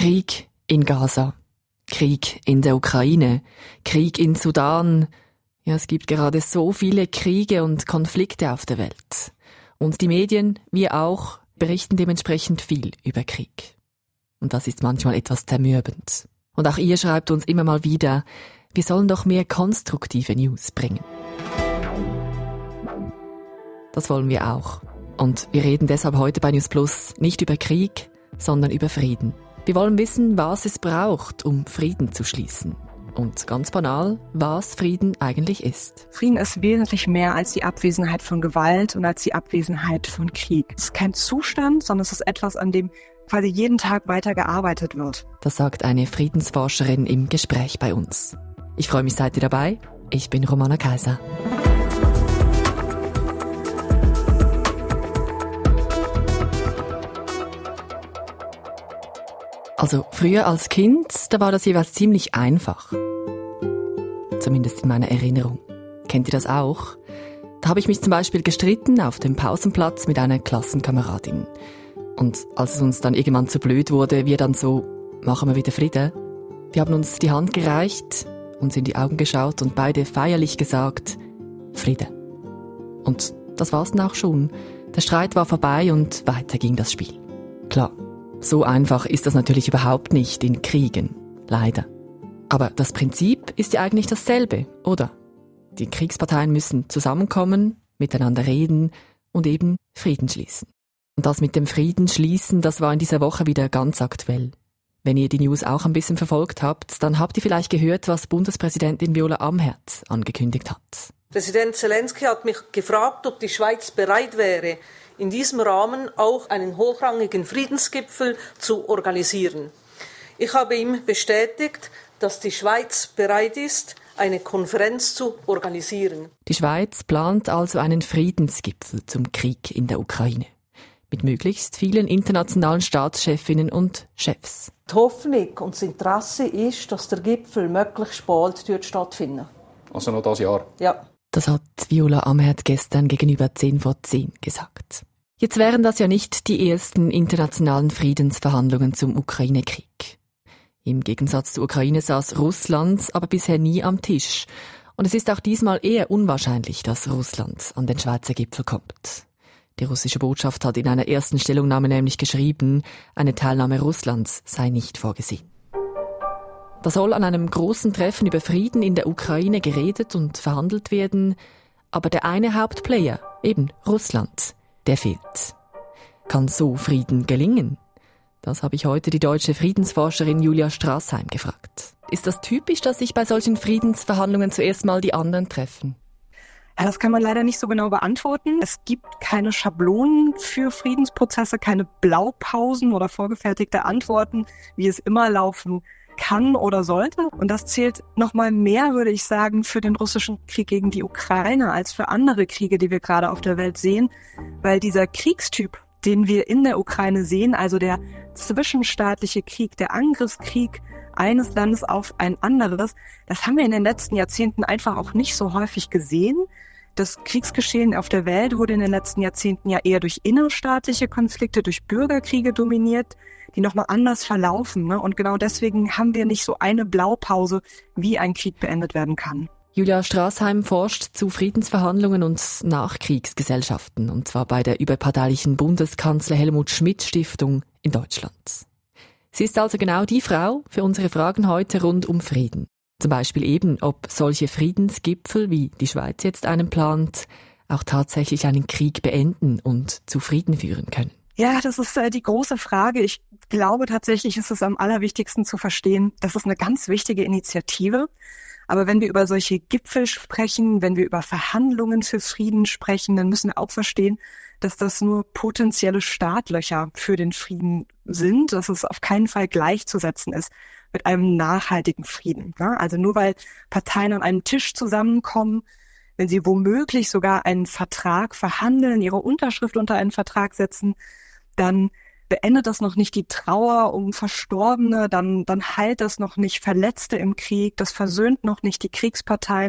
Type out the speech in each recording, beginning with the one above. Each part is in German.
Krieg in Gaza, Krieg in der Ukraine, Krieg in Sudan. Ja, es gibt gerade so viele Kriege und Konflikte auf der Welt. Und die Medien, wir auch, berichten dementsprechend viel über Krieg. Und das ist manchmal etwas zermürbend. Und auch ihr schreibt uns immer mal wieder, wir sollen doch mehr konstruktive News bringen. Das wollen wir auch. Und wir reden deshalb heute bei News Plus nicht über Krieg, sondern über Frieden. Wir wollen wissen, was es braucht, um Frieden zu schließen. Und ganz banal, was Frieden eigentlich ist. Frieden ist wesentlich mehr als die Abwesenheit von Gewalt und als die Abwesenheit von Krieg. Es ist kein Zustand, sondern es ist etwas, an dem quasi jeden Tag weiter gearbeitet wird. Das sagt eine Friedensforscherin im Gespräch bei uns. Ich freue mich, seid ihr dabei? Ich bin Romana Kaiser. Also früher als Kind, da war das jeweils ziemlich einfach. Zumindest in meiner Erinnerung. Kennt ihr das auch? Da habe ich mich zum Beispiel gestritten auf dem Pausenplatz mit einer Klassenkameradin. Und als es uns dann irgendwann zu blöd wurde, wir dann so, machen wir wieder Frieden. Wir haben uns die Hand gereicht, uns in die Augen geschaut und beide feierlich gesagt, Frieden. Und das war's dann auch schon. Der Streit war vorbei und weiter ging das Spiel. Klar. So einfach ist das natürlich überhaupt nicht in Kriegen, leider. Aber das Prinzip ist ja eigentlich dasselbe, oder? Die Kriegsparteien müssen zusammenkommen, miteinander reden und eben Frieden schließen. Und das mit dem Frieden schließen, das war in dieser Woche wieder ganz aktuell. Wenn ihr die News auch ein bisschen verfolgt habt, dann habt ihr vielleicht gehört, was Bundespräsidentin Viola Amherd angekündigt hat. Präsident Zelensky hat mich gefragt, ob die Schweiz bereit wäre, in diesem Rahmen auch einen hochrangigen Friedensgipfel zu organisieren. Ich habe ihm bestätigt, dass die Schweiz bereit ist, eine Konferenz zu organisieren. Die Schweiz plant also einen Friedensgipfel zum Krieg in der Ukraine. Mit möglichst vielen internationalen Staatschefinnen und Chefs. Die Hoffnung und das Interesse ist, dass der Gipfel möglichst bald stattfindet. Also noch dieses Jahr? Ja. Das hat Viola Amherd gestern gegenüber 10:10 gesagt. Jetzt wären das ja nicht die ersten internationalen Friedensverhandlungen zum Ukraine-Krieg. Im Gegensatz zur Ukraine saß Russland aber bisher nie am Tisch. Und es ist auch diesmal eher unwahrscheinlich, dass Russland an den Schweizer Gipfel kommt. Die russische Botschaft hat in einer ersten Stellungnahme nämlich geschrieben, eine Teilnahme Russlands sei nicht vorgesehen. Da soll an einem großen Treffen über Frieden in der Ukraine geredet und verhandelt werden, aber der eine Hauptplayer, eben Russland, der fehlt. Kann so Frieden gelingen? Das habe ich heute die deutsche Friedensforscherin Julia Strassheim gefragt. Ist das typisch, dass sich bei solchen Friedensverhandlungen zuerst mal die anderen treffen? Ja, das kann man leider nicht so genau beantworten. Es gibt keine Schablonen für Friedensprozesse, keine Blaupausen oder vorgefertigte Antworten, wie es immer laufen kann oder sollte. Und das zählt nochmal mehr, würde ich sagen, für den russischen Krieg gegen die Ukraine als für andere Kriege, die wir gerade auf der Welt sehen. Weil dieser Kriegstyp, den wir in der Ukraine sehen, also der zwischenstaatliche Krieg, der Angriffskrieg eines Landes auf ein anderes, das haben wir in den letzten Jahrzehnten einfach auch nicht so häufig gesehen. Das Kriegsgeschehen auf der Welt wurde in den letzten Jahrzehnten ja eher durch innerstaatliche Konflikte, durch Bürgerkriege dominiert, die nochmal anders verlaufen. Ne? Und genau deswegen haben wir nicht so eine Blaupause, wie ein Krieg beendet werden kann. Julia Strassheim forscht zu Friedensverhandlungen und Nachkriegsgesellschaften, und zwar bei der überparteilichen Bundeskanzler Helmut Schmidt Stiftung in Deutschland. Sie ist also genau die Frau für unsere Fragen heute rund um Frieden. Zum Beispiel eben, ob solche Friedensgipfel, wie die Schweiz jetzt einen plant, auch tatsächlich einen Krieg beenden und zu Frieden führen können. Ja, das ist die große Frage. Ich glaube tatsächlich, ist es am allerwichtigsten zu verstehen, das ist eine ganz wichtige Initiative. Aber wenn wir über solche Gipfel sprechen, wenn wir über Verhandlungen für Frieden sprechen, dann müssen wir auch verstehen, dass das nur potenzielle Startlöcher für den Frieden sind, dass es auf keinen Fall gleichzusetzen ist mit einem nachhaltigen Frieden. Also nur weil Parteien an einem Tisch zusammenkommen, wenn sie womöglich sogar einen Vertrag verhandeln, ihre Unterschrift unter einen Vertrag setzen, dann beendet das noch nicht die Trauer um Verstorbene, dann heilt das noch nicht Verletzte im Krieg, das versöhnt noch nicht die Kriegsparteien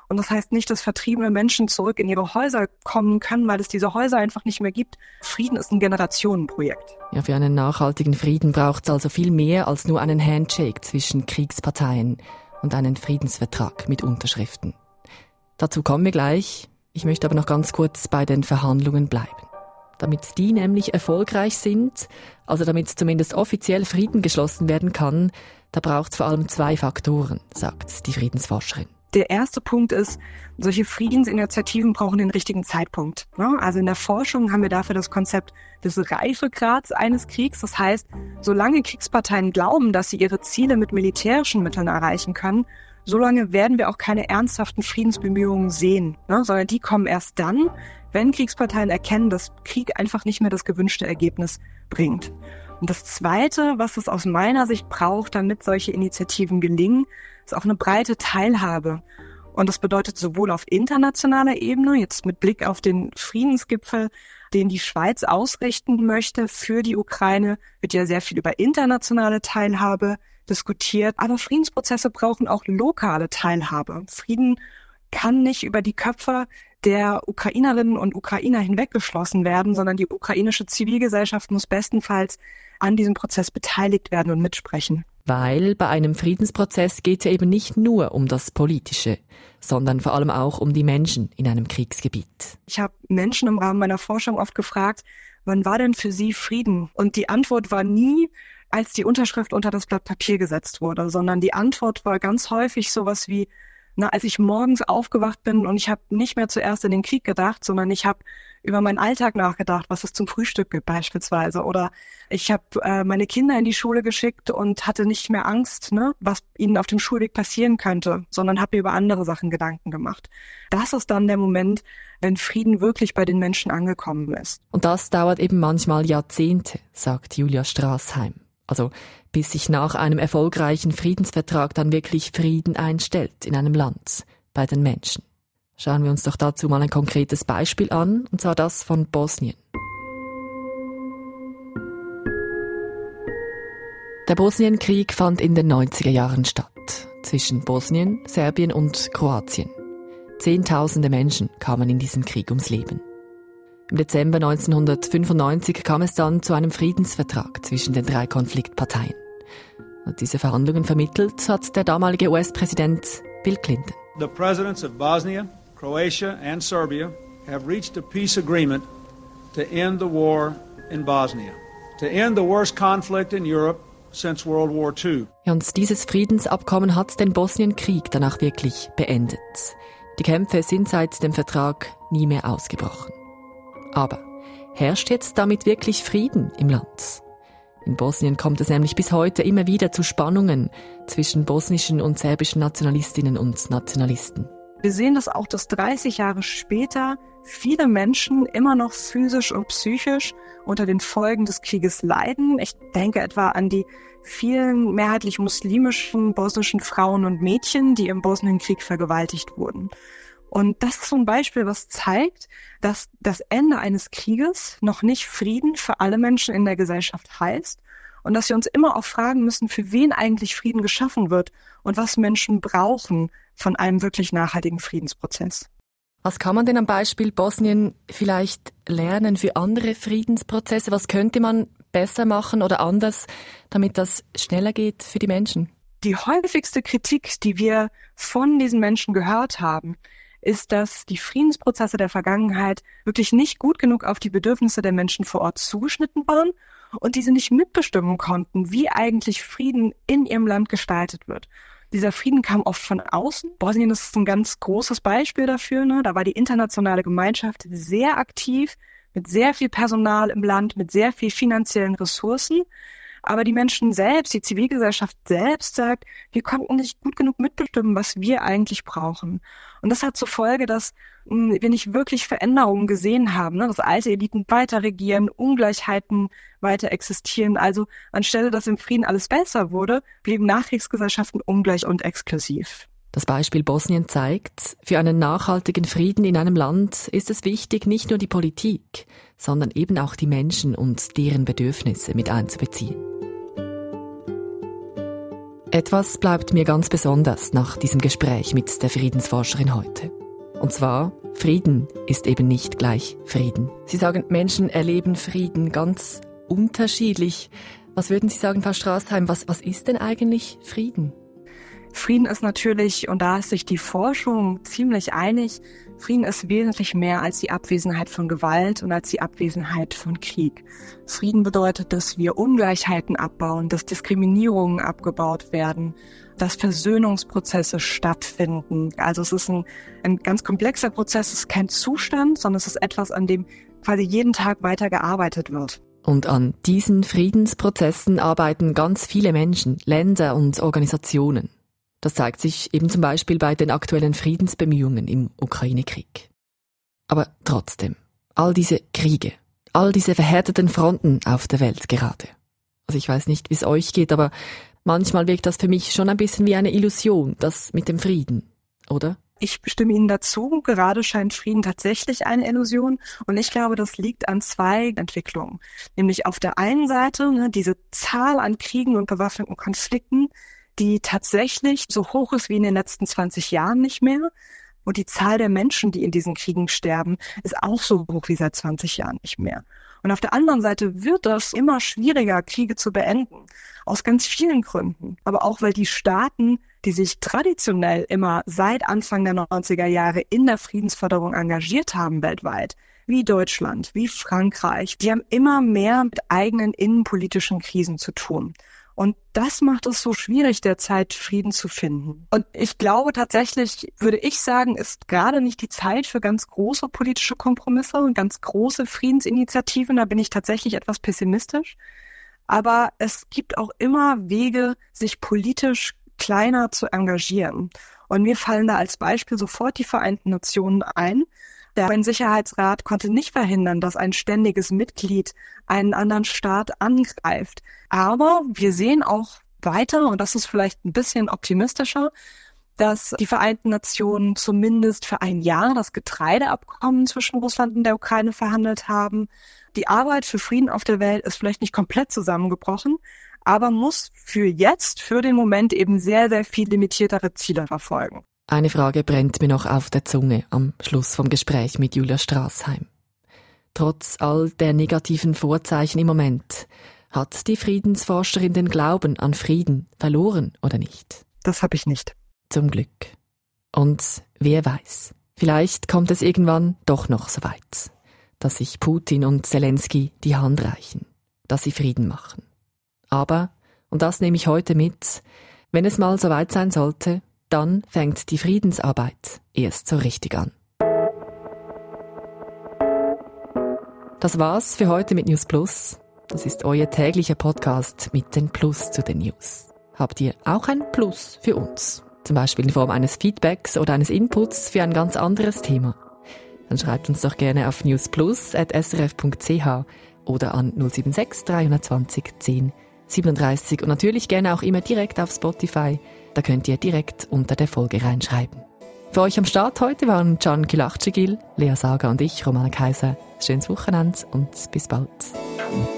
Und das heißt nicht, dass vertriebene Menschen zurück in ihre Häuser kommen können, weil es diese Häuser einfach nicht mehr gibt. Frieden ist ein Generationenprojekt. Ja, für einen nachhaltigen Frieden braucht es also viel mehr als nur einen Handshake zwischen Kriegsparteien und einen Friedensvertrag mit Unterschriften. Dazu kommen wir gleich. Ich möchte aber noch ganz kurz bei den Verhandlungen bleiben. Damit die nämlich erfolgreich sind, also damit zumindest offiziell Frieden geschlossen werden kann, da braucht es vor allem 2 Faktoren, sagt die Friedensforscherin. Der erste Punkt ist, solche Friedensinitiativen brauchen den richtigen Zeitpunkt. Also in der Forschung haben wir dafür das Konzept des Reifegrads eines Kriegs. Das heißt, solange Kriegsparteien glauben, dass sie ihre Ziele mit militärischen Mitteln erreichen können, solange werden wir auch keine ernsthaften Friedensbemühungen sehen, sondern die kommen erst dann, wenn Kriegsparteien erkennen, dass Krieg einfach nicht mehr das gewünschte Ergebnis bringt. Und das Zweite, was es aus meiner Sicht braucht, damit solche Initiativen gelingen, ist auch eine breite Teilhabe. Und das bedeutet sowohl auf internationaler Ebene, jetzt mit Blick auf den Friedensgipfel, den die Schweiz ausrichten möchte für die Ukraine, wird ja sehr viel über internationale Teilhabe diskutiert. Aber Friedensprozesse brauchen auch lokale Teilhabe. Frieden kann nicht über die Köpfe der Ukrainerinnen und Ukrainer hinweggeschlossen werden, sondern die ukrainische Zivilgesellschaft muss bestenfalls an diesem Prozess beteiligt werden und mitsprechen. Weil bei einem Friedensprozess geht es ja eben nicht nur um das Politische, sondern vor allem auch um die Menschen in einem Kriegsgebiet. Ich habe Menschen im Rahmen meiner Forschung oft gefragt, wann war denn für sie Frieden? Und die Antwort war nie, als die Unterschrift unter das Blatt Papier gesetzt wurde, sondern die Antwort war ganz häufig sowas wie, als ich morgens aufgewacht bin und ich habe nicht mehr zuerst in den Krieg gedacht, sondern ich habe über meinen Alltag nachgedacht, was es zum Frühstück gibt beispielsweise. Oder ich habe meine Kinder in die Schule geschickt und hatte nicht mehr Angst, was ihnen auf dem Schulweg passieren könnte, sondern habe mir über andere Sachen Gedanken gemacht. Das ist dann der Moment, wenn Frieden wirklich bei den Menschen angekommen ist. Und das dauert eben manchmal Jahrzehnte, sagt Julia Straßheim. Also bis sich nach einem erfolgreichen Friedensvertrag dann wirklich Frieden einstellt in einem Land, bei den Menschen. Schauen wir uns doch dazu mal ein konkretes Beispiel an, und zwar das von Bosnien. Der Bosnienkrieg fand in den 90er Jahren statt, zwischen Bosnien, Serbien und Kroatien. Zehntausende Menschen kamen in diesem Krieg ums Leben. Im Dezember 1995 kam es dann zu einem Friedensvertrag zwischen den 3 Konfliktparteien. Und diese Verhandlungen vermittelt hat der damalige US-Präsident Bill Clinton. The presidents of Bosnia, Croatia and Serbia have reached a peace agreement to end the war in Bosnia, to end the worst conflict in Europe since World War II. Ja, und dieses Friedensabkommen hat den Bosnienkrieg danach wirklich beendet. Die Kämpfe sind seit dem Vertrag nie mehr ausgebrochen. Aber herrscht jetzt damit wirklich Frieden im Land? In Bosnien kommt es nämlich bis heute immer wieder zu Spannungen zwischen bosnischen und serbischen Nationalistinnen und Nationalisten. Wir sehen das auch, dass 30 Jahre später viele Menschen immer noch physisch und psychisch unter den Folgen des Krieges leiden. Ich denke etwa an die vielen mehrheitlich muslimischen bosnischen Frauen und Mädchen, die im Bosnienkrieg vergewaltigt wurden. Und das ist so ein Beispiel, was zeigt, dass das Ende eines Krieges noch nicht Frieden für alle Menschen in der Gesellschaft heißt und dass wir uns immer auch fragen müssen, für wen eigentlich Frieden geschaffen wird und was Menschen brauchen von einem wirklich nachhaltigen Friedensprozess. Was kann man denn am Beispiel Bosnien vielleicht lernen für andere Friedensprozesse? Was könnte man besser machen oder anders, damit das schneller geht für die Menschen? Die häufigste Kritik, die wir von diesen Menschen gehört haben, ist, dass die Friedensprozesse der Vergangenheit wirklich nicht gut genug auf die Bedürfnisse der Menschen vor Ort zugeschnitten waren und diese nicht mitbestimmen konnten, wie eigentlich Frieden in ihrem Land gestaltet wird. Dieser Frieden kam oft von außen. Bosnien ist ein ganz großes Beispiel dafür. Da war die internationale Gemeinschaft sehr aktiv, mit sehr viel Personal im Land, mit sehr viel finanziellen Ressourcen. Aber die Menschen selbst, die Zivilgesellschaft selbst sagt, wir konnten nicht gut genug mitbestimmen, was wir eigentlich brauchen. Und das hat zur Folge, dass wir nicht wirklich Veränderungen gesehen haben, dass alte Eliten weiter regieren, Ungleichheiten weiter existieren. Also anstelle, dass im Frieden alles besser wurde, blieben Nachkriegsgesellschaften ungleich und exklusiv. Das Beispiel Bosnien zeigt, für einen nachhaltigen Frieden in einem Land ist es wichtig, nicht nur die Politik, sondern eben auch die Menschen und deren Bedürfnisse mit einzubeziehen. Etwas bleibt mir ganz besonders nach diesem Gespräch mit der Friedensforscherin heute. Und zwar, Frieden ist eben nicht gleich Frieden. Sie sagen, Menschen erleben Frieden ganz unterschiedlich. Was würden Sie sagen, Frau Strassheim, was ist denn eigentlich Frieden? Frieden ist natürlich, und da ist sich die Forschung ziemlich einig, Frieden ist wesentlich mehr als die Abwesenheit von Gewalt und als die Abwesenheit von Krieg. Frieden bedeutet, dass wir Ungleichheiten abbauen, dass Diskriminierungen abgebaut werden, dass Versöhnungsprozesse stattfinden. Also es ist ein ganz komplexer Prozess, es ist kein Zustand, sondern es ist etwas, an dem quasi jeden Tag weiter gearbeitet wird. Und an diesen Friedensprozessen arbeiten ganz viele Menschen, Länder und Organisationen. Das zeigt sich eben zum Beispiel bei den aktuellen Friedensbemühungen im Ukraine-Krieg. Aber trotzdem, all diese Kriege, all diese verhärteten Fronten auf der Welt gerade. Also ich weiß nicht, wie es euch geht, aber manchmal wirkt das für mich schon ein bisschen wie eine Illusion, das mit dem Frieden, oder? Ich stimme Ihnen dazu. Gerade scheint Frieden tatsächlich eine Illusion. Und ich glaube, das liegt an zwei Entwicklungen. Nämlich auf der einen Seite diese Zahl an Kriegen und bewaffneten Konflikten, die tatsächlich so hoch ist wie in den letzten 20 Jahren nicht mehr. Und die Zahl der Menschen, die in diesen Kriegen sterben, ist auch so hoch wie seit 20 Jahren nicht mehr. Und auf der anderen Seite wird es immer schwieriger, Kriege zu beenden. Aus ganz vielen Gründen. Aber auch, weil die Staaten, die sich traditionell immer seit Anfang der 90er Jahre in der Friedensförderung engagiert haben weltweit, wie Deutschland, wie Frankreich, die haben immer mehr mit eigenen innenpolitischen Krisen zu tun. Und das macht es so schwierig, derzeit Frieden zu finden. Und ich glaube tatsächlich, würde ich sagen, ist gerade nicht die Zeit für ganz große politische Kompromisse und ganz große Friedensinitiativen. Da bin ich tatsächlich etwas pessimistisch. Aber es gibt auch immer Wege, sich politisch kleiner zu engagieren. Und mir fallen da als Beispiel sofort die Vereinten Nationen ein. Der UN-Sicherheitsrat konnte nicht verhindern, dass ein ständiges Mitglied einen anderen Staat angreift. Aber wir sehen auch weiter, und das ist vielleicht ein bisschen optimistischer, dass die Vereinten Nationen zumindest für ein Jahr das Getreideabkommen zwischen Russland und der Ukraine verhandelt haben. Die Arbeit für Frieden auf der Welt ist vielleicht nicht komplett zusammengebrochen, aber muss für den Moment eben sehr, sehr viel limitiertere Ziele verfolgen. Eine Frage brennt mir noch auf der Zunge am Schluss vom Gespräch mit Julia Strassheim. Trotz all der negativen Vorzeichen im Moment, hat die Friedensforscherin den Glauben an Frieden verloren oder nicht? Das habe ich nicht. Zum Glück. Und wer weiß, vielleicht kommt es irgendwann doch noch so weit, dass sich Putin und Zelensky die Hand reichen, dass sie Frieden machen. Aber, und das nehme ich heute mit, wenn es mal so weit sein sollte, dann fängt die Friedensarbeit erst so richtig an. Das war's für heute mit News Plus. Das ist euer täglicher Podcast mit den Plus zu den News. Habt ihr auch ein Plus für uns? Zum Beispiel in Form eines Feedbacks oder eines Inputs für ein ganz anderes Thema? Dann schreibt uns doch gerne auf newsplus@srf.ch oder an 076 320 10 37 und natürlich gerne auch immer direkt auf Spotify. Da könnt ihr direkt unter der Folge reinschreiben. Für euch am Start heute waren Can Kilachcigil, Lea Sager und ich, Romana Kaiser. Schönes Wochenende und bis bald.